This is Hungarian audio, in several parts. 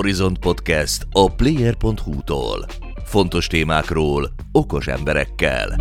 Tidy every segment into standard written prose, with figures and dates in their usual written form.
Horizont Podcast a Player.hu-tól. Fontos témákról, okos emberekkel.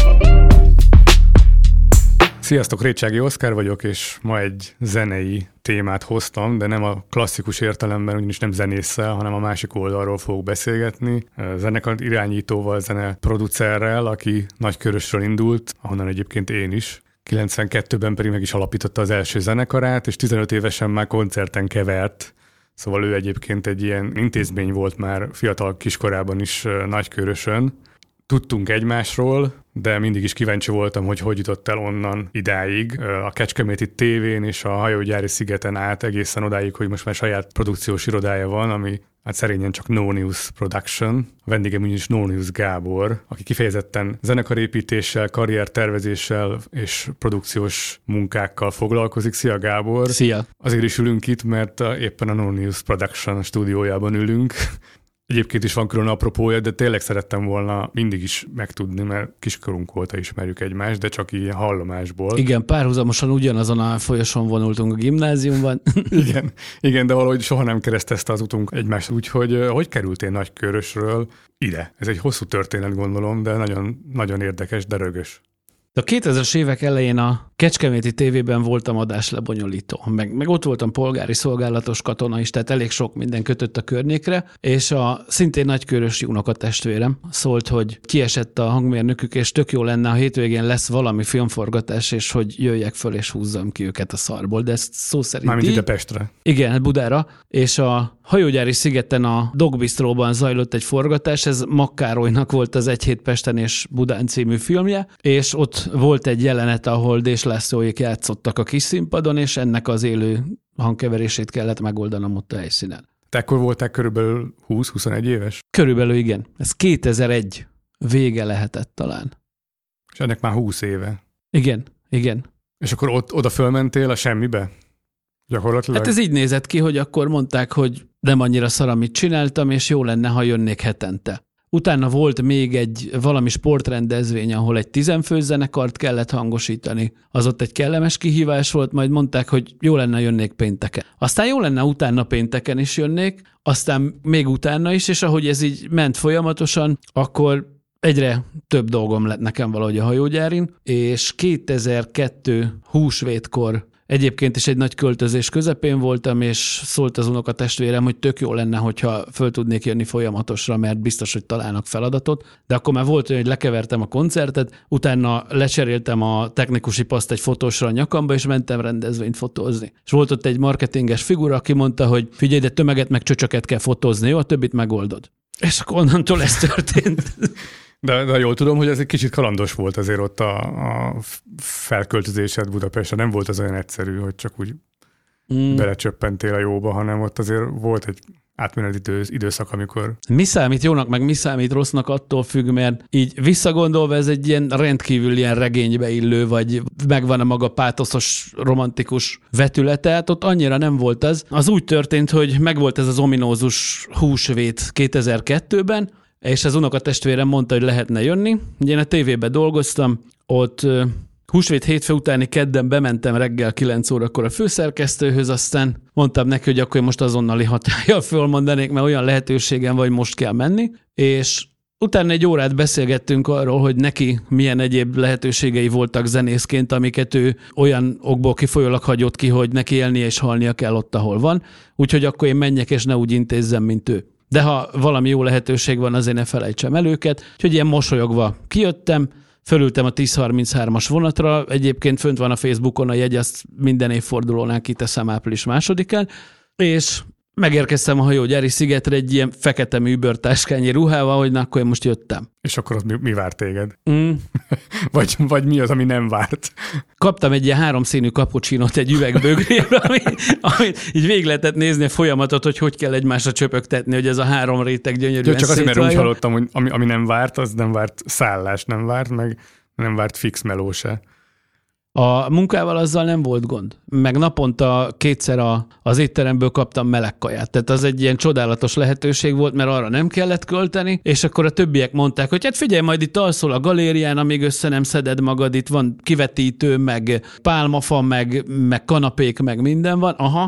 Sziasztok, Récsági Oszkár vagyok, és ma egy zenei témát hoztam, de nem a klasszikus értelemben, ugyanis nem zenésszel, hanem a másik oldalról fogok beszélgetni. Zenekar irányítóval, zeneproducerrel, aki Nagykörösről indult, ahonnan egyébként én is. 92-ben pedig meg is alapította az első zenekarát, és 15 évesen már koncerten kevert. Szóval ő egyébként egy ilyen intézmény volt már fiatal kiskorában is Nagykörösön. Tudtunk egymásról, de mindig is kíváncsi voltam, hogy jutott el onnan idáig. A Kecskeméti tévén és a Hajógyári szigeten át egészen odáig, hogy most már saját produkciós irodája van, ami hát szerényen csak No News Production. A vendégem úgyis No News Gábor, aki kifejezetten zenekarépítéssel, karriertervezéssel és produkciós munkákkal foglalkozik. Szia Gábor! Szia! Azért is ülünk itt, mert éppen a No News Production stúdiójában ülünk. Egyébként is van külön apropója, de tényleg szerettem volna mindig is megtudni, mert kiskorunk óta ismerjük egymást, de csak ilyen hallomásból. Igen, párhuzamosan ugyanazon a folyosón vonultunk a gimnáziumban. Igen, de valahogy soha nem keresztezte az utunk egymást. Úgyhogy hogy kerültél Nagykörösről ide? Ez egy hosszú történet, gondolom, de nagyon, nagyon érdekes, de rögös. A 2000-es évek elején a Kecskeméti tévében voltam adáslebonyolító, meg ott voltam polgári szolgálatos katona is, tehát elég sok minden kötött a környékre, és a szintén nagykörösi unokatestvérem szólt, hogy kiesett a hangmérnökük, és tök jó lenne, ha hétvégén lesz valami filmforgatás, és hogy jöjjek föl, és húzzam ki őket a szarból, de ezt szó szerint mármint ide Pestre. Igen, Budára, és a Hajógyári szigeten a Dog Bistróban zajlott egy forgatás, ez Makkárolynak volt az Egy hét Pesten és Budán című filmje, és ott volt egy jelenet, ahol Dés Lászlóék játszottak a kis színpadon, és ennek az élő hangkeverését kellett megoldanom ott a helyszínen. Te akkor voltál körülbelül 20-21 éves? Körülbelül igen. Ez 2001 vége lehetett talán. És ennek már 20 éve. Igen. És akkor oda fölmentél a semmibe? Gyakorlatilag? Hát ez így nézett ki, hogy akkor mondták, hogy nem annyira szar, amit csináltam, és jó lenne, ha jönnék hetente. Utána volt még egy valami sportrendezvény, ahol egy 10 fős zenekart kellett hangosítani. Az ott egy kellemes kihívás volt, majd mondták, hogy jó lenne, jönnék pénteken. Aztán jó lenne, utána pénteken is jönnék, aztán még utána is, és ahogy ez így ment folyamatosan, akkor egyre több dolgom lett nekem valahogy a Hajógyárin, és 2002 húsvétkor egyébként is egy nagy költözés közepén voltam, és szólt az unokatestvérem, hogy tök jó lenne, hogyha föl tudnék jönni folyamatosra, mert biztos, hogy találnak feladatot. De akkor már volt olyan, hogy lekevertem a koncertet, utána lecseréltem a technikusi paszt egy fotósra a nyakamba, és mentem rendezvényt fotózni. És volt ott egy marketinges figura, aki mondta, hogy figyelj, de tömeget meg csöcsöket kell fotózni, jó? A többit megoldod. És akkor onnantól ez történt. De jól tudom, hogy ez egy kicsit kalandos volt azért ott a felköltözésed Budapestre. Nem volt az olyan egyszerű, hogy csak úgy belecsöppentél a jóba, hanem ott azért volt egy átmeneti időszak, amikor... Mi számít jónak, meg mi számít rossznak, attól függ, mert így visszagondolva ez egy ilyen rendkívül ilyen regénybe illő, vagy megvan a maga pátoszos, romantikus vetülete, hát ott annyira nem volt az. Az úgy történt, hogy megvolt ez az ominózus húsvét 2002-ben, és az unokatestvérem mondta, hogy lehetne jönni. Ugye én a tévében dolgoztam, ott húsvét hétfő utáni kedden bementem reggel 9 órakor a főszerkesztőhöz, aztán mondtam neki, hogy akkor most azonnali hatállyal fölmondanék, mert olyan lehetőségem vagy most kell menni, és utána egy órát beszélgettünk arról, hogy neki milyen egyéb lehetőségei voltak zenészként, amiket ő olyan okból kifolyólag hagyott ki, hogy neki élnie és halnia kell ott, ahol van, úgyhogy akkor én menjek és ne úgy intézzem, mint ő. De ha valami jó lehetőség van, azért ne felejtsem el őket. Úgyhogy ilyen mosolyogva kijöttem, fölültem a 10:33-as vonatra, egyébként fönt van a Facebookon a jegy, azt minden évfordulónál kiteszem április 2-án, és megérkeztem a Hajógyári szigetre egy ilyen fekete műbörtáskányi ruhával, hogy na, akkor én most jöttem. És akkor ott mi várt téged? Vagy mi az, ami nem várt? Kaptam egy ilyen 3 színű kapucsinót egy üvegbögréről, amit így végig lehetett nézni a folyamatot, hogy kell egymásra csöpögtetni, hogy ez a 3 réteg gyönyörűen csak azért, mert úgy hallottam, hogy ami nem várt, az nem várt szállás, nem várt, meg nem várt fix meló se. A munkával azzal nem volt gond. Meg naponta 2-szer az étteremből kaptam meleg kaját. Tehát az egy ilyen csodálatos lehetőség volt, mert arra nem kellett költeni, és akkor a többiek mondták, hogy hát figyelj, majd itt alszol a galérián, amíg össze nem szeded magad, itt van kivetítő, meg pálmafa, meg kanapék, meg minden van. Aha.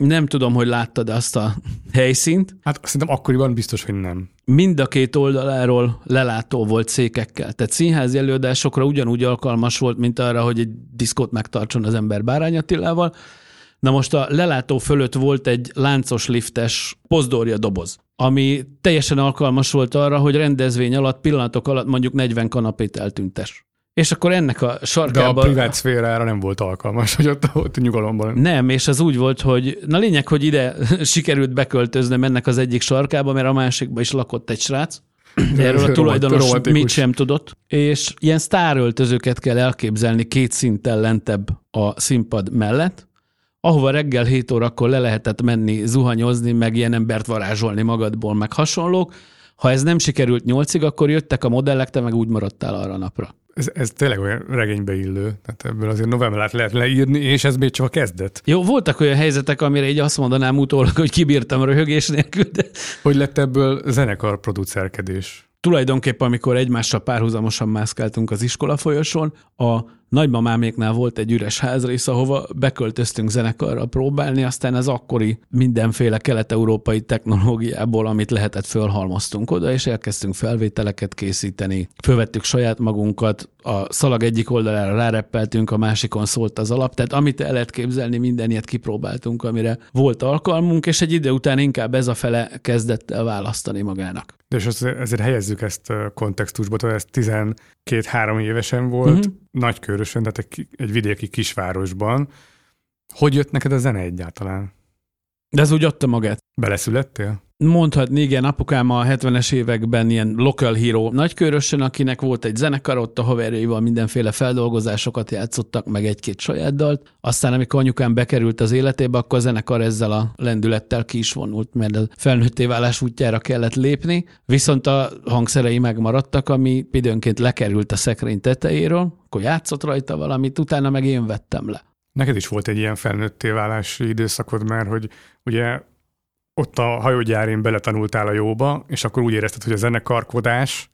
Nem tudom, hogy láttad azt a helyszínt. Hát szerintem akkoriban biztos, hogy nem. Mind a két oldaláról lelátó volt székekkel. Tehát színházi előadásokra ugyanúgy alkalmas volt, mint arra, hogy egy diszkót megtartson az ember Bárány Attilával. Na most a lelátó fölött volt egy láncos liftes pozdorja doboz, ami teljesen alkalmas volt arra, hogy rendezvény alatt, pillanatok alatt mondjuk 40 kanapét eltüntes. És akkor ennek a sarkában... De a privát szférára nem volt alkalmas, hogy ott nyugalomban... Nem, és az úgy volt, hogy na lényeg, hogy ide sikerült beköltöznem ennek az egyik sarkába, mert a másikba is lakott egy srác. Erről a tulajdonos mit sem tudott. És ilyen sztáröltözőket kell elképzelni 2 szinttel lentebb a színpad mellett, ahova reggel 7 órakor le lehetett menni, zuhanyozni, meg ilyen embert varázsolni magadból, meg hasonlók. Ha ez nem sikerült 8-ig, akkor jöttek a modellek, te meg úgy maradtál arra a napra. Ez tényleg olyan regénybe illő, tehát ebből azért novellet lehet leírni, és ez még csak a kezdet. Jó, voltak olyan helyzetek, amire így azt mondanám utólag, hogy kibírtam röhögés nélkül, de... Hogy lett ebből zenekar producerkedés? Tulajdonképpen, amikor egymással párhuzamosan mászkáltunk az iskola folyosón, a nagymamáméknál volt egy üres házrész, ahova beköltöztünk zenekarra próbálni, aztán az akkori mindenféle kelet-európai technológiából, amit lehetett, fölhalmoztunk oda, és elkezdtünk felvételeket készíteni. Fölvettük saját magunkat, a szalag egyik oldalára ráreppeltünk, a másikon szólt az alap, tehát amit el lehet képzelni, minden ilyet kipróbáltunk, amire volt alkalmunk, és egy idő után inkább ez a fele kezdett el választani magának. De és ezért helyezzük ezt kontextusba, tehát ez 12-3 évesen volt, Nagykőrösön, tehát egy vidéki kisvárosban. Hogy jött neked a zene egyáltalán? De ez úgy adta magát. Beleszülettél? Mondhatni, igen, apukám a 70-es években ilyen local hero Nagykőrösön, akinek volt egy zenekar, ott a haverjaival mindenféle feldolgozásokat játszottak, meg egy-két saját dalt. Aztán, amikor anyukám bekerült az életébe, akkor a zenekar ezzel a lendülettel ki is vonult, mert a felnőtté válás útjára kellett lépni, viszont a hangszerei megmaradtak, ami időnként lekerült a szekrény tetejéről, akkor játszott rajta valamit, utána meg én vettem le. Neked is volt egy ilyen felnőtté válási időszakod, mert hogy ugye ott a hajógyárén beletanultál a jóba, és akkor úgy érezted, hogy a zenekarkodás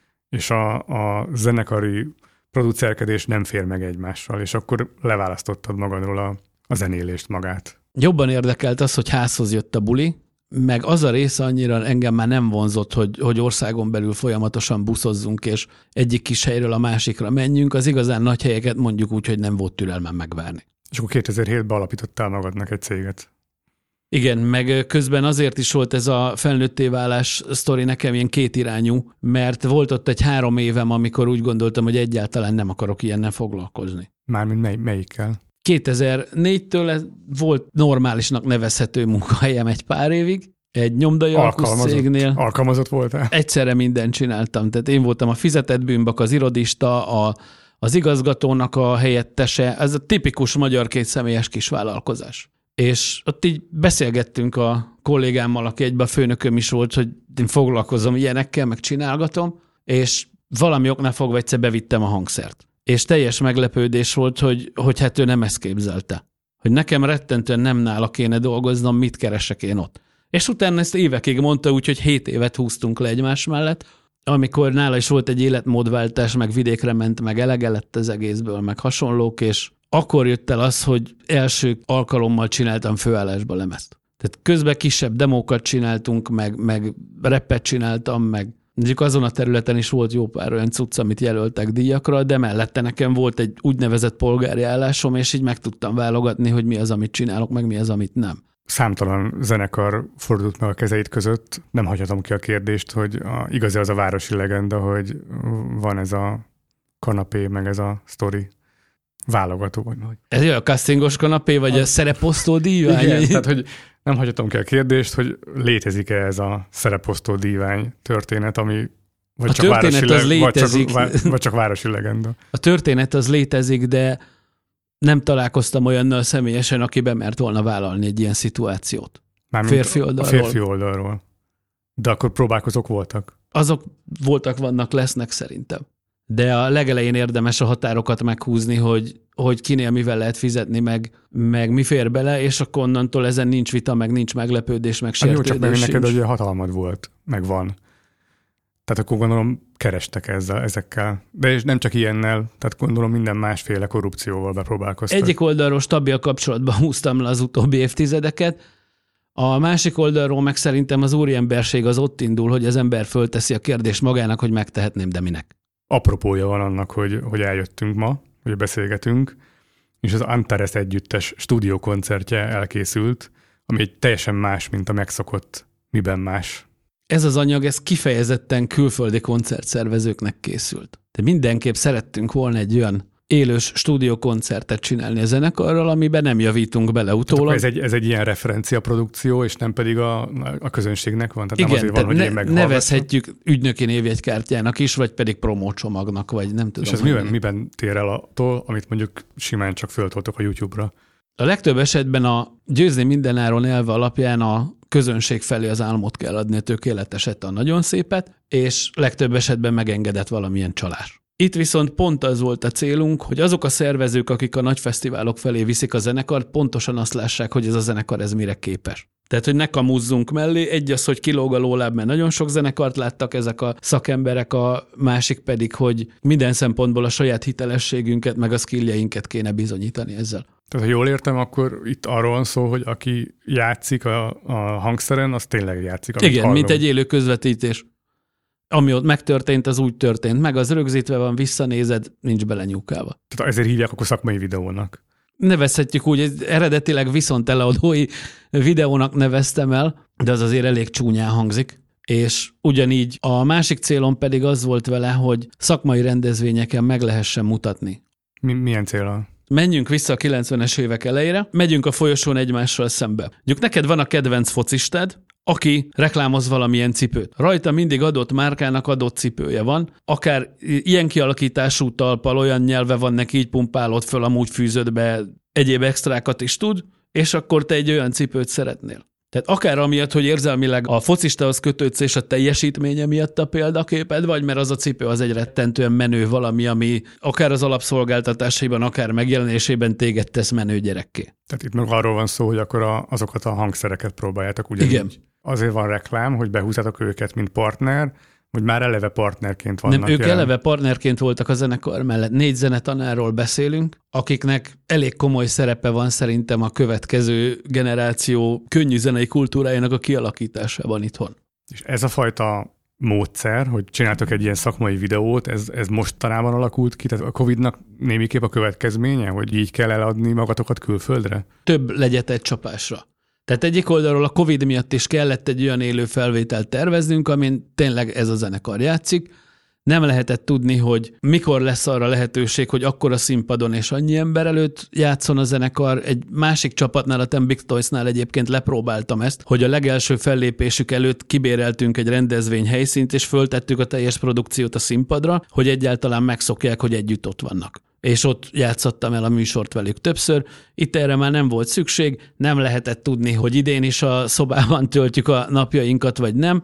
és a zenekari producerkedés nem fér meg egymással, és akkor leválasztottad magadról a zenélést magát. Jobban érdekelt az, hogy házhoz jött a buli, meg az a része annyira engem már nem vonzott, hogy országon belül folyamatosan buszozzunk, és egyik kis helyről a másikra menjünk, az igazán nagy helyeket mondjuk úgy, hogy nem volt türelmem megvárni. És akkor 2007-ben alapítottál magadnak egy céget. Igen, meg közben azért is volt ez a felnőtté válás sztori nekem ilyen kétirányú, mert volt ott egy 3 évem, amikor úgy gondoltam, hogy egyáltalán nem akarok ilyennel foglalkozni. Mármint melyikkel? 2004-től volt normálisnak nevezhető munkahelyem egy pár évig, egy nyomdai alkuszcégnél. Alkalmazott voltál? Egyszerre mindent csináltam, tehát én voltam a fizetett bűnbak, az irodista, az igazgatónak a helyettese, ez a tipikus magyar kétszemélyes kisvállalkozás. És ott így beszélgettünk a kollégámmal, aki egyben a főnököm is volt, hogy én foglalkozom ilyenekkel, meg csinálgatom, és valami oknál fogva egyszer bevittem a hangszert. És teljes meglepődés volt, hogy hát ő nem ezt képzelte. Hogy nekem rettentően nem nála kéne dolgoznom, mit keresek én ott. És utána ezt évekig mondta, úgyhogy 7 évet húztunk le egymás mellett, amikor nála is volt egy életmódváltás, meg vidékre ment, meg elege lett az egészből, meg hasonlók, és akkor jött el az, hogy első alkalommal csináltam főállásba lemezt. Tehát közben kisebb demókat csináltunk, meg rappet csináltam, meg mondjuk azon a területen is volt jó pár olyan cucc, amit jelöltek díjakra, de mellette nekem volt egy úgynevezett polgári állásom, és így meg tudtam válogatni, hogy mi az, amit csinálok, meg mi az, amit nem. Számtalan zenekar fordult meg a kezeid között. Nem hagyhatom ki a kérdést, hogy igazi az a városi legenda, hogy van ez a kanapé, meg ez a sztori. Válogató vagy. Ez a castingos kanapé, vagy a szereposztó díjvány? Igen, tehát hogy nem hagyhatom ki a kérdést, hogy létezik-e ez a szereposztó díjvány történet, ami vagy, csak történet az létezik. Vagy csak városi legenda. A történet az létezik, de nem találkoztam olyannal személyesen, aki bemert volna vállalni egy ilyen szituációt. Férfi oldalról. A férfi oldalról. De akkor próbálkozók voltak? Azok voltak, vannak, lesznek szerintem. De a legelején érdemes a határokat meghúzni, hogy kinél mivel lehet fizetni, meg mi fér bele, és akkor onnantól ezen nincs vita, meg nincs meglepődés, meg sértődés. Jó, csak neked egy hatalmad volt, meg van. Tehát akkor gondolom kerestek ezekkel. De és nem csak ilyennel, tehát gondolom minden másféle korrupcióval bepróbálkoztak. Egyik oldalról stabil kapcsolatban húztam le az utóbbi évtizedeket, a másik oldalról meg szerintem az úriemberség az ott indul, hogy az ember fölteszi a kérdést magának, hogy megtehetném, de minek. Apropója van annak, hogy eljöttünk ma, hogy beszélgetünk, és az Antares együttes stúdiókoncertje elkészült, ami egy teljesen más, mint a megszokott Miben más. Ez az anyag, ez kifejezetten külföldi koncertszervezőknek készült. De mindenképp szerettünk volna egy olyan élős stúdiókoncertet csinálni a zenekarral, amiben nem javítunk bele utólag. Ez egy ilyen referenciaprodukció, és nem pedig a közönségnek van? Tehát igen, nem azért van, hogy nevezhetjük ügynöki névjegykártyának is, vagy pedig promócsomagnak, vagy nem tudom. És ez miben tér el attól, amit mondjuk simán csak föltoltok a YouTube-ra? A legtöbb esetben a győzni mindenáron elve alapján a közönség felé az álmot kell adni, a tökéleteset, a nagyon szépet, és legtöbb esetben megengedett valamilyen csalás. Itt viszont pont az volt a célunk, hogy azok a szervezők, akik a nagy fesztiválok felé viszik a zenekart, pontosan azt lássák, hogy ez a zenekar ez mire képes. Tehát, hogy ne kamúzzunk mellé, egy az, hogy kilóg a lóláb, mert nagyon sok zenekart láttak ezek a szakemberek, a másik pedig, hogy minden szempontból a saját hitelességünket, meg a skilljeinket kéne bizonyítani ezzel. Tehát, ha jól értem, akkor itt arról van szó, hogy aki játszik a hangszeren, az tényleg játszik. Igen, hallom. mint egy élő közvetítés. Ami ott megtörtént, az úgy történt meg, az rögzítve van, visszanézed, nincs belenyúkálva. Tehát ezért hívják akkor szakmai videónak. Nevezhetjük úgy, hogy eredetileg viszont eladói videónak neveztem el, de az azért elég csúnyán hangzik. És ugyanígy a másik célom pedig az volt vele, hogy szakmai rendezvényeken meg lehessen mutatni. Milyen célra? Menjünk vissza a 90-es évek elejére, megyünk a folyosón egymással szembe. Mondjuk neked van a kedvenc focistád, aki reklámoz valamilyen cipőt. Rajta mindig adott márkának adott cipője van, akár ilyen kialakítású talppal, olyan nyelve van neki, így pumpálod föl, amúgy fűzöd be, egyéb extrákat is tud, és akkor te egy olyan cipőt szeretnél. Tehát akár amiatt, hogy érzelmileg a focistához kötődsz, és a teljesítménye miatt a példaképed, vagy mert az a cipő az egy rettentően menő valami, ami akár az alapszolgáltatásaiban, akár megjelenésében téged tesz menő gyerekké. Tehát itt meg arról van szó, hogy akkor azokat a hangszereket próbáljátok ugyanígy. Igen. Azért van reklám, hogy behúzzátok őket, mint partner, hogy már eleve partnerként vannak. Nem, ők eleve partnerként voltak a zenekar mellett. 4 zenetanárról beszélünk, akiknek elég komoly szerepe van szerintem a következő generáció könnyű zenei kultúrájának a kialakításában itthon. És ez a fajta módszer, hogy csináltok egy ilyen szakmai videót, ez mostanában alakult ki? Tehát a Covid-nak némiképp a következménye, hogy így kell eladni magatokat külföldre? Több legyet egy csapásra. Tehát egyik oldalról a Covid miatt is kellett egy olyan élő felvételt terveznünk, amin tényleg ez a zenekar játszik. Nem lehetett tudni, hogy mikor lesz arra lehetőség, hogy akkora színpadon és annyi ember előtt játszon a zenekar. Egy másik csapatnál, a Ten Big Toysnál egyébként lepróbáltam ezt, hogy a legelső fellépésük előtt kibéreltünk egy rendezvény helyszínt, és föltettük a teljes produkciót a színpadra, hogy egyáltalán megszokják, hogy együtt ott vannak. És ott játszottam el a műsort velük többször. Itt erre már nem volt szükség, nem lehetett tudni, hogy idén is a szobában töltjük a napjainkat, vagy nem,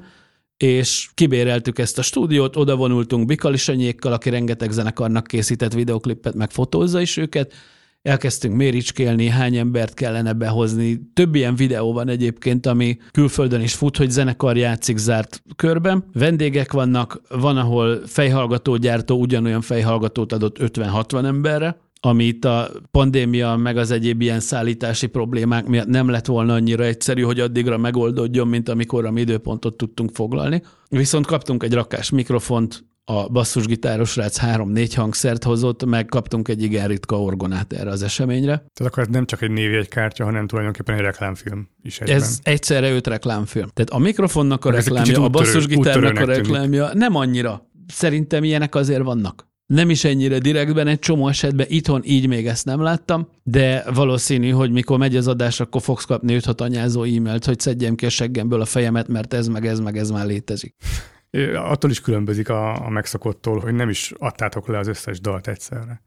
és kibéreltük ezt a stúdiót, odavonultunk Bikalisanyékkal, aki rengeteg zenekarnak készített videoklipet, meg fotózza is őket, elkezdtünk méricskélni, hány embert kellene behozni. Több ilyen videó van egyébként, ami külföldön is fut, hogy zenekar játszik zárt körben. Vendégek vannak, van, ahol fejhallgatógyártó ugyanolyan fejhallgatót adott 50-60 emberre, ami itt a pandémia meg az egyéb ilyen szállítási problémák miatt nem lett volna annyira egyszerű, hogy addigra megoldódjon, mint amikor mi időpontot tudtunk foglalni. Viszont kaptunk egy rakás mikrofont, a basszusgitáros srác 3-4 hangszert hozott, meg kaptunk egy igen ritka orgonát erre az eseményre. Tehát akkor ez nem csak egy névjegykártya, hanem tulajdonképpen egy reklámfilm is egyben. Ez egyszerre 5 reklámfilm. Tehát a mikrofonnak a reklámja, a basszusgitárnak a reklámja, nem annyira. Szerintem ilyenek azért vannak. Nem is ennyire direktben, egy csomó esetben itthon így még ezt nem láttam, de valószínű, hogy mikor megy az adás, akkor fogsz kapni 5-6 anyázó e-mailt, hogy szedjem ki a seggemből a fejemet, mert ez már létezik. Attól is különbözik a megszokottól, hogy nem is adtátok le az összes dalt egyszerre.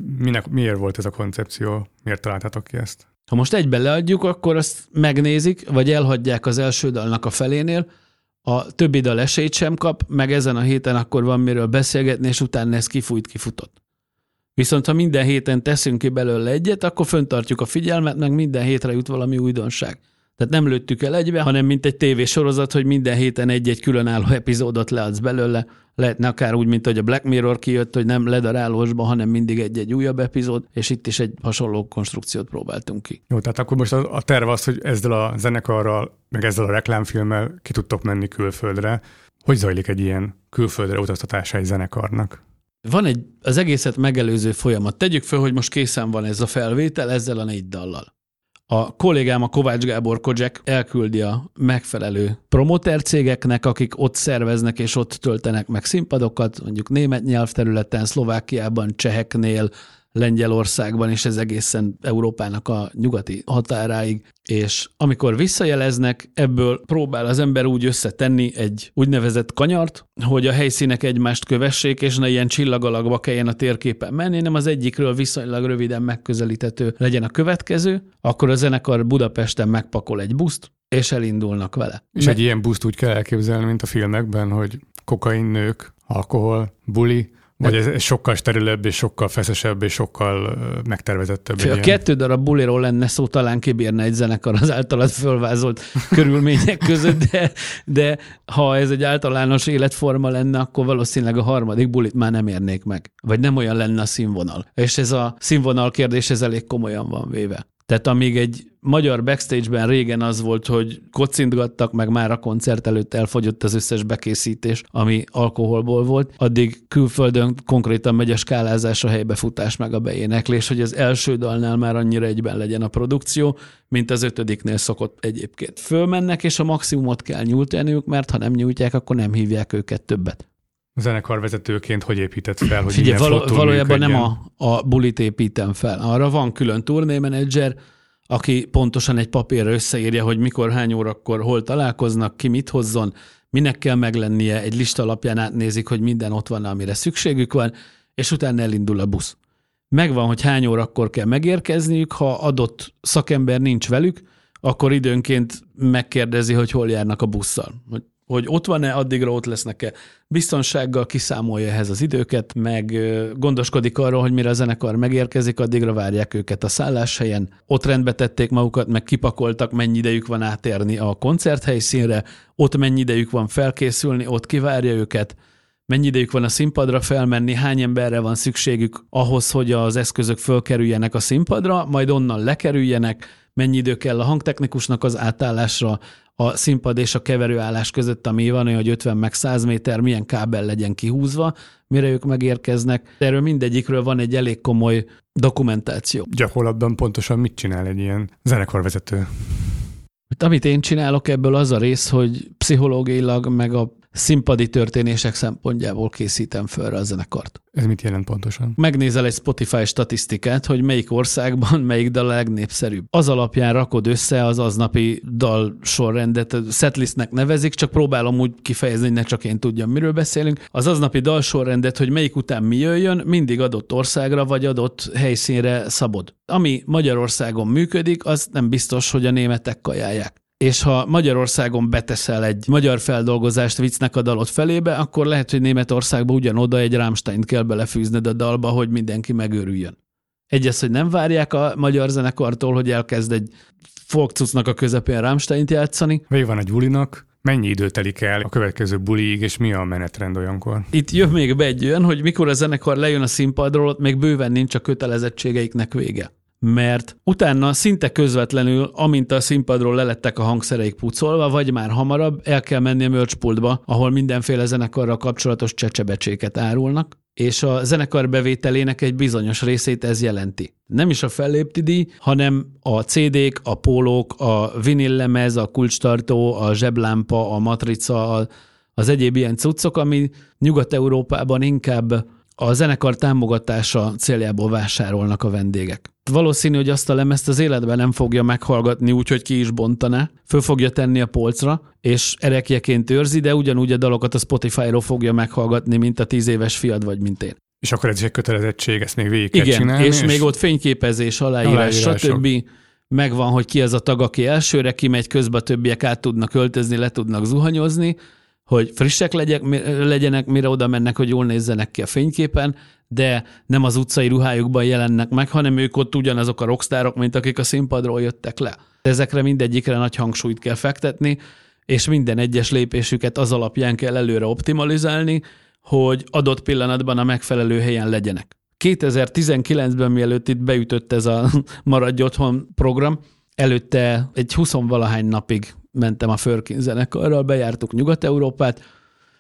Miért volt ez a koncepció? Miért találtátok ki ezt? Ha most egyben leadjuk, akkor azt megnézik, vagy elhagyják az első dalnak a felénél, a többi dal esélyt sem kap, meg ezen a héten akkor van miről beszélgetni, és utána ez kifutott. Viszont ha minden héten teszünk ki belőle egyet, akkor fenntartjuk a figyelmet, meg minden hétre jut valami újdonság. Tehát nem lőttük el egybe, hanem mint egy tévésorozat, hogy minden héten egy-egy különálló epizódot leadsz belőle. Lehetne akár úgy, mint hogy a Black Mirror kijött, hogy nem ledarálósban, hanem mindig egy-egy újabb epizód, és itt is egy hasonló konstrukciót próbáltunk ki. Jó, tehát akkor most a terv az, hogy ezzel a zenekarral, meg ezzel a reklámfilmmel ki tudtok menni külföldre. Hogy zajlik egy ilyen külföldre utaztatása egy zenekarnak? Van az egészet megelőző folyamat. Tegyük föl, hogy most készen van ez a felvétel ezzel a 4 dallal. A kollégám, a Kovács Gábor Kodzsek elküldi a megfelelő promóter cégeknek, akik ott szerveznek és ott töltenek meg színpadokat, mondjuk német nyelvterületen, Szlovákiában, cseheknél, Lengyelországban, és ez egészen Európának a nyugati határáig. És amikor visszajeleznek, ebből próbál az ember úgy összetenni egy úgynevezett kanyart, hogy a helyszínek egymást kövessék, és ne ilyen csillagalakba kelljen a térképen menni, hanem az egyikről viszonylag röviden megközelíthető legyen a következő, akkor a zenekar Budapesten megpakol egy buszt, és elindulnak vele. És egy ilyen buszt úgy kell elképzelni, mint a filmekben, hogy kokain, nők, alkohol, buli, vagy ez sokkal sterilebb, és sokkal feszesebb, és sokkal megtervezettebb. A 2 darab buliról lenne szó, talán kibírna egy zenekar az általad fölvázolt körülmények között, de ha ez egy általános életforma lenne, akkor valószínűleg a 3. bulit már nem érnék meg. Vagy nem olyan lenne a színvonal. És ez a színvonal kérdés, ez elég komolyan van véve. Tehát amíg egy magyar backstage-ben régen az volt, hogy kocintgattak, meg már a koncert előtt elfogyott az összes bekészítés, ami alkoholból volt, addig külföldön konkrétan megy a skálázás, a helybefutás, meg a beéneklés, hogy az első dalnál már annyira egyben legyen a produkció, mint az 5-nél szokott egyébként. Fölmennek, és a maximumot kell nyújtaniuk, mert ha nem nyújtják, akkor nem hívják őket többet. Zenekarvezetőként hogy épített fel, hogy figyelj, valójában működjen? nem a bulit építem fel. Arra van külön turnémenedzser, aki pontosan egy papírra összeírja, hogy mikor, hány órakor, hol találkoznak, ki mit hozzon, minek kell meglennie, egy lista alapján átnézik, hogy minden ott van, amire szükségük van, és utána elindul a busz. Megvan, hogy hány órakor kell megérkezniük, ha adott szakember nincs velük, akkor időnként megkérdezi, hogy hol járnak a busszal. Hogy ott van-e, addigra ott lesznek-e. Biztonsággal kiszámolja ehhez az időket, meg gondoskodik arról, hogy mire a zenekar megérkezik, addigra várják őket a szálláshelyen. Ott rendbe tették magukat, meg kipakoltak, mennyi idejük van átérni a koncerthelyszínre, ott mennyi idejük van felkészülni, ott kivárja őket, mennyi idejük van a színpadra felmenni, hány emberre van szükségük ahhoz, hogy az eszközök fölkerüljenek a színpadra, majd onnan lekerüljenek, mennyi idő kell a hangtechnikusnak az átállásra, a színpad és a keverőállás között, ami van, hogy 50 meg 100 méter, milyen kábel legyen kihúzva, mire ők megérkeznek. Erről mindegyikről van egy elég komoly dokumentáció. Gyakorlatban pontosan mit csinál egy ilyen zenekarvezető? Amit én csinálok ebből az a rész, hogy pszichológiailag meg a színpadi történések szempontjából készítem fölre a zenekart. Ez mit jelent pontosan? Megnézel egy Spotify statisztikát, hogy melyik országban melyik dal a legnépszerűbb. Az alapján rakod össze az aznapi dal sorrendet, setlistnek nevezik, csak próbálom úgy kifejezni, hogy ne csak én tudjam, miről beszélünk. Az aznapi dal sorrendet, hogy melyik után mi jöjjön, mindig adott országra vagy adott helyszínre szabod. Ami Magyarországon működik, az nem biztos, hogy a németek kajálják. És ha Magyarországon beteszel egy magyar feldolgozást viccnek a dalot felébe, akkor lehet, hogy Németországban ugyanoda egy Rammsteint kell belefűzned a dalba, hogy mindenki megőrüljön. Egyes, hogy nem várják a magyar zenekartól, hogy elkezd egy folkcucnak a közepén Rammsteint játszani. Végig van egy bulinak, mennyi idő telik el a következő buliig, és mi a menetrend olyankor? Itt jön még be egy olyan, hogy mikor a zenekar lejön a színpadról, ott még bőven nincs a kötelezettségeiknek vége. Mert utána szinte közvetlenül, amint a színpadról lelettek a hangszereik pucolva, vagy már hamarabb el kell menni a merchpultba, ahol mindenféle zenekarral kapcsolatos csecsebecséket árulnak, és a zenekar bevételének egy bizonyos részét ez jelenti. Nem is a fellépti díj, hanem a CD-k, a pólók, a vinillemez, a kulcstartó, a zseblámpa, a matrica, az egyéb ilyen cuccok, ami Nyugat-Európában inkább a zenekar támogatása céljából vásárolnak a vendégek. Valószínű, hogy azt a lemezt az életben nem fogja meghallgatni úgy, hogy ki is bontaná, föl fogja tenni a polcra, és erekjeként őrzi, de ugyanúgy a dalokat a Spotify-ról fogja meghallgatni, mint a 10 éves fiad vagy, mint én. És akkor ez is egy kötelezettség, ezt még végig kell csinálni. És még ott fényképezés, aláírás, stb. Megvan, hogy ki az a tag, aki elsőre kimegy, közben a többiek át tudnak öltözni, le tudnak zuhanyozni, hogy frissek legyenek, mire oda mennek, hogy jól nézzenek ki a fényképen, de nem az utcai ruhájukban jelennek meg, hanem ők ott ugyanazok a rockstárok, mint akik a színpadról jöttek le. Ezekre mindegyikre nagy hangsúlyt kell fektetni, és minden egyes lépésüket az alapján kell előre optimalizálni, hogy adott pillanatban a megfelelő helyen legyenek. 2019-ben, mielőtt itt beütött ez a Maradj Otthon program, előtte egy 20-valahány napig mentem a Furkin zenekarral, bejártuk Nyugat-Európát,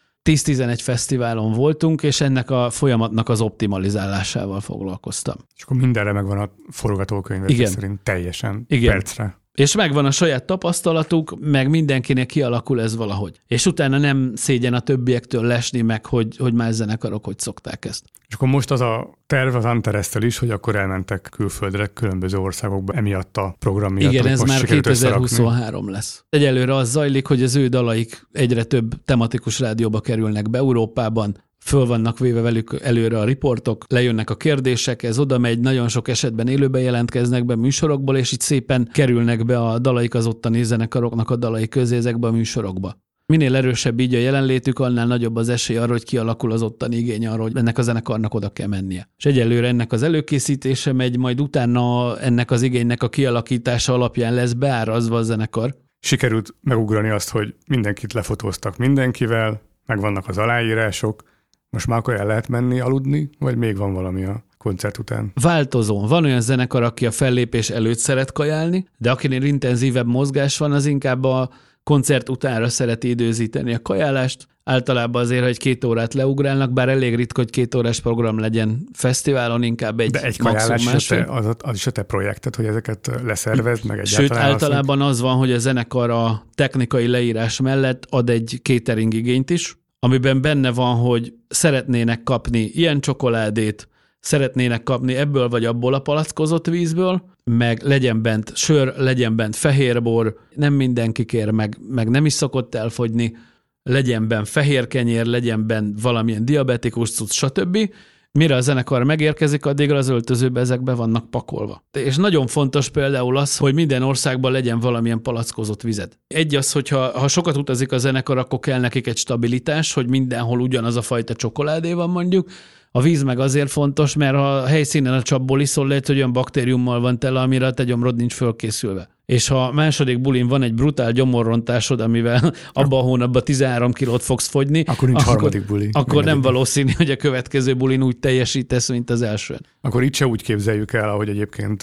10-11 fesztiválon voltunk, és ennek a folyamatnak az optimalizálásával foglalkoztam. És akkor mindenre megvan a forgatókönyv szerint teljesen percre. És megvan a saját tapasztalatuk, meg mindenkinek kialakul ez valahogy. És utána nem szégyen a többiektől lesni meg, hogy más zenekarok hogy szokták ezt. És akkor most az a terv az Antarestel is, hogy akkor elmentek külföldre, különböző országokba emiatt a program miatt. Igen, ez már 2023 lesz. Egyelőre az zajlik, hogy az ő dalaik egyre több tematikus rádióba kerülnek be Európában, föl vannak véve velük előre a riportok, lejönnek a kérdések, ez oda megy, nagyon sok esetben élőben jelentkeznek be műsorokból, és itt szépen kerülnek be a dalaik az ottani zenekaroknak a dalai közé ezekbe a műsorokba. Minél erősebb így a jelenlétük, annál nagyobb az esély arra, hogy kialakul az ottani igény arra, hogy ennek a zenekarnak oda kell mennie. És egyelőre ennek az előkészítése megy, majd utána ennek az igénynek a kialakítása alapján lesz beárazva a zenekar. Sikerült megugrani azt, hogy mindenkit lefotóztak mindenkivel, megvannak az aláírások, most már akkor el lehet menni aludni, vagy még van valami a koncert után? Változó. Van olyan zenekar, aki a fellépés előtt szeret kajálni, de akinél intenzívebb mozgás van, az inkább a koncert utánra szereti időzíteni a kajálást. Általában azért, hogy 2 órát leugrálnak, bár elég ritka, hogy 2 órás program legyen fesztiválon, inkább egy kajálás az is a te projekted, hogy ezeket leszervezd, meg egyáltalán. Sőt, általában az van, hogy a zenekar a technikai leírás mellett ad egy catering igényt is, amiben benne van, hogy szeretnének kapni ilyen csokoládét, szeretnének kapni ebből vagy abból a palackozott vízből, meg legyen bent sör, legyen bent fehérbor, nem mindenki kér, meg nem is szokott elfogyni, legyen bent fehér kenyér, legyen bent valamilyen diabetikus cucc, stb. Mire a zenekar megérkezik, addigra az öltözőbe ezek be vannak pakolva. És nagyon fontos például az, hogy minden országban legyen valamilyen palackozott vized. Egy az, hogyha sokat utazik a zenekar, akkor kell nekik egy stabilitás, hogy mindenhol ugyanaz a fajta csokoládé van mondjuk. A víz meg azért fontos, mert ha a helyszínen a csapból iszol, lehet, hogy olyan baktériummal van tele, amire a te gyomrod nincs fölkészülve. És ha a második bulin van egy brutál gyomorrontásod, amivel abban a hónapban 13 kilót fogsz fogyni, akkor nincs harmadik buli. Akkor nem valószínű, hogy a következő bulin úgy teljesítesz, mint az elsőn. Akkor itt se úgy képzeljük el, ahogy egyébként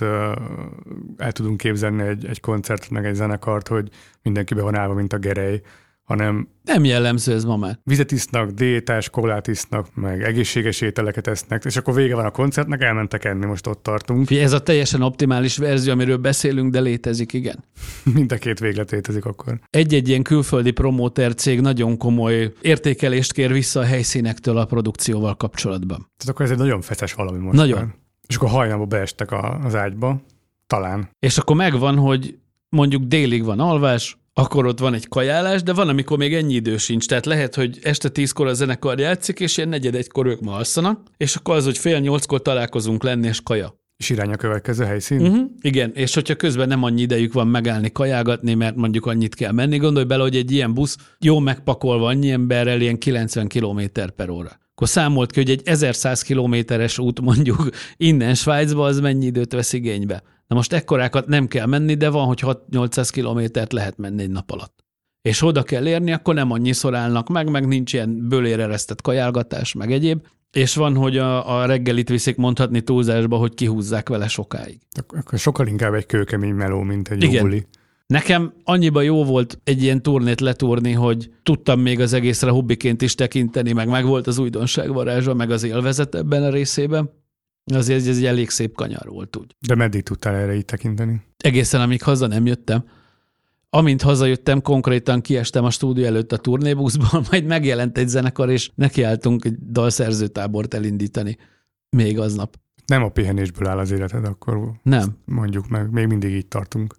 el tudunk képzelni egy koncertet, meg egy zenekart, hogy mindenki be van állva, mint a gerej, hanem nem jellemző ez ma már. Vizet isznak, diétás, kolát isznak, meg egészséges ételeket esznek, és akkor vége van a koncertnek, elmentek enni, most ott tartunk. Ez a teljesen optimális verzió, amiről beszélünk, de létezik, igen. Mind a két véglet létezik akkor. Egy-egy ilyen külföldi promóter cég nagyon komoly értékelést kér vissza a helyszínektől a produkcióval kapcsolatban. Tehát akkor ez egy nagyon feszes valami most. Nagyon. Már. És akkor hajnalba beestek az ágyba, talán. És akkor megvan, hogy mondjuk délig van alvás, akkor ott van egy kajálás, de van, amikor még ennyi idő sincs. Tehát lehet, hogy este 10-kor a zenekar játszik, és ilyen 4-1-kor ők ma alszanak, és akkor az, hogy 7-8-kor találkozunk lenni, és kaja. És irány a következő helyszín? Igen, és hogyha közben nem annyi idejük van megállni, kajálgatni, mert mondjuk annyit kell menni, gondolj bele, hogy egy ilyen busz jó megpakolva annyi emberrel ilyen 90 km/h. Akkor számolt ki, hogy egy 1100 kilométeres út mondjuk innen Svájcba, az mennyi időt vesz igénybe. Na most ekkorákat nem kell menni, de van, hogy 6-800 kilométert lehet menni egy nap alatt. És oda kell érni, akkor nem annyiszor állnak meg nincs ilyen bőlére eresztett kajálgatás, meg egyéb. És van, hogy a reggelit viszik mondhatni túlzásba, hogy kihúzzák vele sokáig. Akkor sokkal inkább egy kőkemény meló, mint egy jó buli. Nekem annyiba jó volt egy ilyen turnét letúrni, hogy tudtam még az egészre hobbiként is tekinteni, meg volt az újdonság varázsa, meg az élvezet ebben a részében. Azért ez egy elég szép kanyar volt úgy. De meddig tudtál erre így tekinteni? Egészen, amíg haza nem jöttem. Amint hazajöttem, konkrétan kiestem a stúdió előtt a turnébuszból, majd megjelent egy zenekar, és nekiálltunk egy dalszerzőtábort elindítani még aznap. Nem a pihenésből áll az életed, akkor nem. Mondjuk meg, még mindig így tartunk.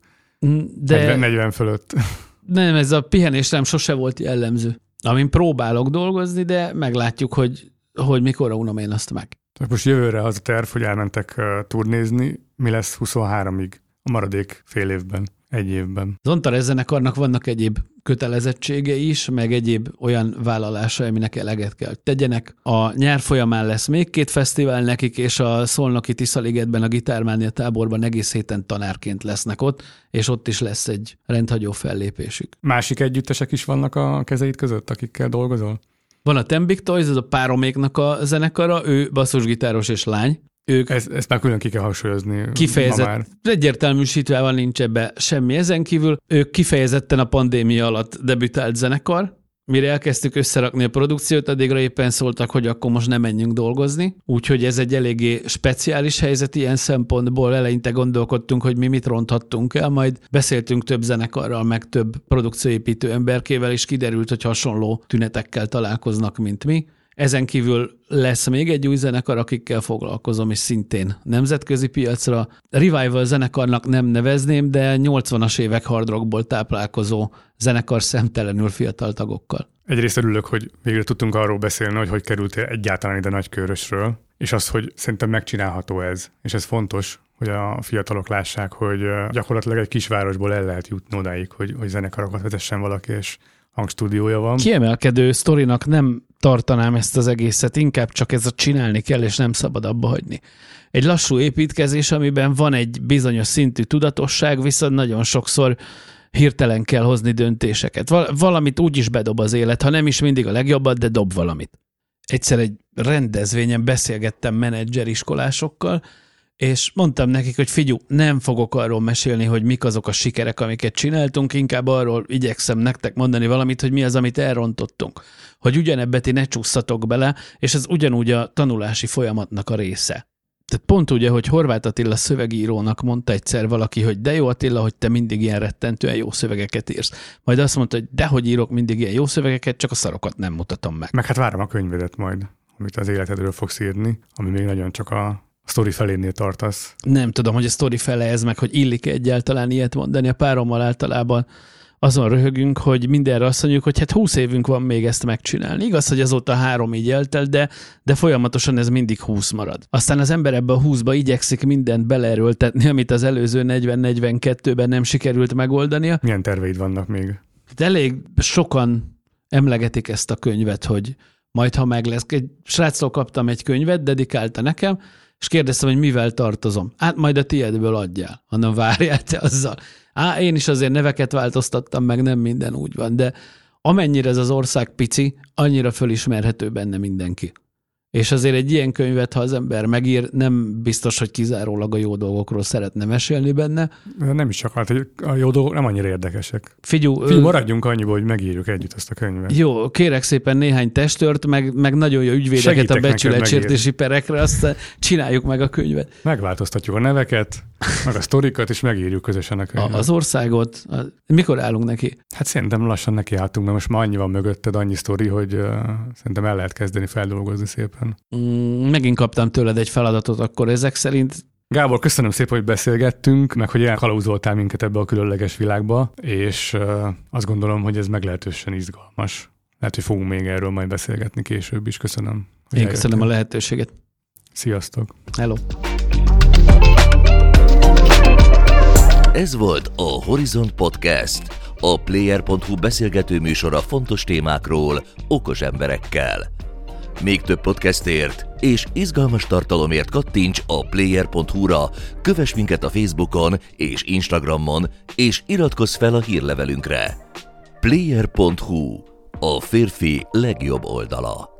De 40 fölött. Nem, ez a pihenés nem sose volt jellemző. Amin próbálok dolgozni, de meglátjuk, hogy mikorra unom én azt meg. Most jövőre az a terv, hogy elmentek turnézni, mi lesz 23-ig, a maradék fél évben. egy évben. Az Antares zenekarnak vannak egyéb kötelezettségei is, meg egyéb olyan vállalása, aminek eleget kell tegyenek. A nyár folyamán lesz még 2 fesztivál nekik, és a Szolnoki Tiszaligetben, a Gitármánia táborban egész héten tanárként lesznek ott, és ott is lesz egy rendhagyó fellépésük. Másik együttesek is vannak a kezeid között, akikkel dolgozol? Van a Tembik Toys, ez a Pároméknak a zenekara, ő basszusgitáros és lány. Ők ezt már külön ki kell hangsúlyozni. Kifejezett, egyértelműsítve nincs ebbe semmi ezen kívül. Ők kifejezetten a pandémia alatt debütált zenekar. Mire elkezdtük összerakni a produkciót, addigra éppen szóltak, hogy akkor most nem menjünk dolgozni. Úgyhogy ez egy eléggé speciális helyzet ilyen szempontból. Eleinte gondolkodtunk, hogy mi mit ronthattunk el, majd beszéltünk több zenekarral, meg több produkcióépítő emberkével, és kiderült, hogy hasonló tünetekkel találkoznak, mint mi. Ezen kívül lesz még egy új zenekar, akikkel foglalkozom, és szintén nemzetközi piacra. Revival zenekarnak nem nevezném, de 80-as évek hard rockból táplálkozó zenekar szemtelenül fiatal tagokkal. Egyrészt örülök, hogy végre tudtunk arról beszélni, hogy kerültél egyáltalán ide Nagykőrösről, és az, hogy szerintem megcsinálható ez. És ez fontos, hogy a fiatalok lássák, hogy gyakorlatilag egy kisvárosból el lehet jutni odáig, hogy zenekarokat vezessen valaki, és hangstúdiója van. Kiemelkedő sztorinak nem tartanám ezt az egészet, inkább csak ez a csinálni kell, és nem szabad abba hagyni. Egy lassú építkezés, amiben van egy bizonyos szintű tudatosság, viszont nagyon sokszor hirtelen kell hozni döntéseket. Valamit úgy is bedob az élet, ha nem is mindig a legjobbat, de dob valamit. Egyszer egy rendezvényen beszélgettem menedzseriskolásokkal, és mondtam nekik, hogy figyelj, nem fogok arról mesélni, hogy mik azok a sikerek, amiket csináltunk, inkább arról igyekszem nektek mondani valamit, hogy mi az, amit elrontottunk. Hogy ugyanebbe ti ne csúszatok bele, és ez ugyanúgy a tanulási folyamatnak a része. Tehát pont ugye, hogy Horváth Attila szövegírónak mondta egyszer valaki, hogy de jó Attila, hogy te mindig ilyen rettentően jó szövegeket írsz. Majd azt mondta, hogy dehogy írok mindig ilyen jó szövegeket, csak a szarokat nem mutatom meg. Meg hát várom a könyvedet majd, amit az életedről fogsz írni, ami még nagyon csak a sztori felénél tartasz. Nem tudom, hogy a sztori fele ez meg, hogy illik egyáltalán ilyet mondani. A párommal általában azon röhögünk, hogy mindenre azt mondjuk, hogy hát 20 évünk van még ezt megcsinálni. Igaz, hogy azóta 3 így eltelt, de folyamatosan ez mindig 20 marad. Aztán az ember ebbe a 20-ba igyekszik mindent beleerőltetni, amit az előző 40-42-ben nem sikerült megoldania. Milyen terveid vannak még? De elég sokan emlegetik ezt a könyvet, hogy majd ha meg lesz. Egy sráctól kaptam egy könyvet, dedikálta nekem, és kérdeztem, hogy mivel tartozom. Hát majd a tiédből adjál. Mondom, várjál te azzal. Én is azért neveket változtattam, meg nem minden úgy van, de amennyire ez az ország pici, annyira fölismerhető benne mindenki. És azért egy ilyen könyvet, ha az ember megír, nem biztos, hogy kizárólag a jó dolgokról szeretne mesélni benne. Nem is csak, hát a jó dolgok nem annyira érdekesek. Figyelj, maradjunk annyiból, hogy megírjuk együtt ezt a könyvet. Jó, kérek szépen néhány testőrt, meg nagyon jó ügyvédeket segítek a becsületsértési perekre, aztán csináljuk meg a könyvet. Megváltoztatjuk a neveket, meg a sztorikat, és megírjuk közösen a könyvet. Az országot, mikor állunk neki? Hát szerintem lassan nekiálltunk, mert most már annyi van mögötted, annyi sztori, hogy szerintem el lehet kezdeni feldolgozni szépen. Megint kaptam tőled egy feladatot akkor ezek szerint. Gábor, köszönöm szépen, hogy beszélgettünk, meg hogy elkalauzoltál minket ebbe a különleges világba, és azt gondolom, hogy ez meglehetősen izgalmas. Lehet, hogy fogunk még erről majd beszélgetni később is. Köszönöm. Én köszönöm a lehetőséget. Sziasztok. Hello. Ez volt a Horizont Podcast, a Player.hu beszélgető műsora fontos témákról, okos emberekkel. Még több podcastért és izgalmas tartalomért kattints a Player.hu-ra, kövess minket a Facebookon és Instagramon, és iratkozz fel a hírlevelünkre. Player.hu, a férfi legjobb oldala.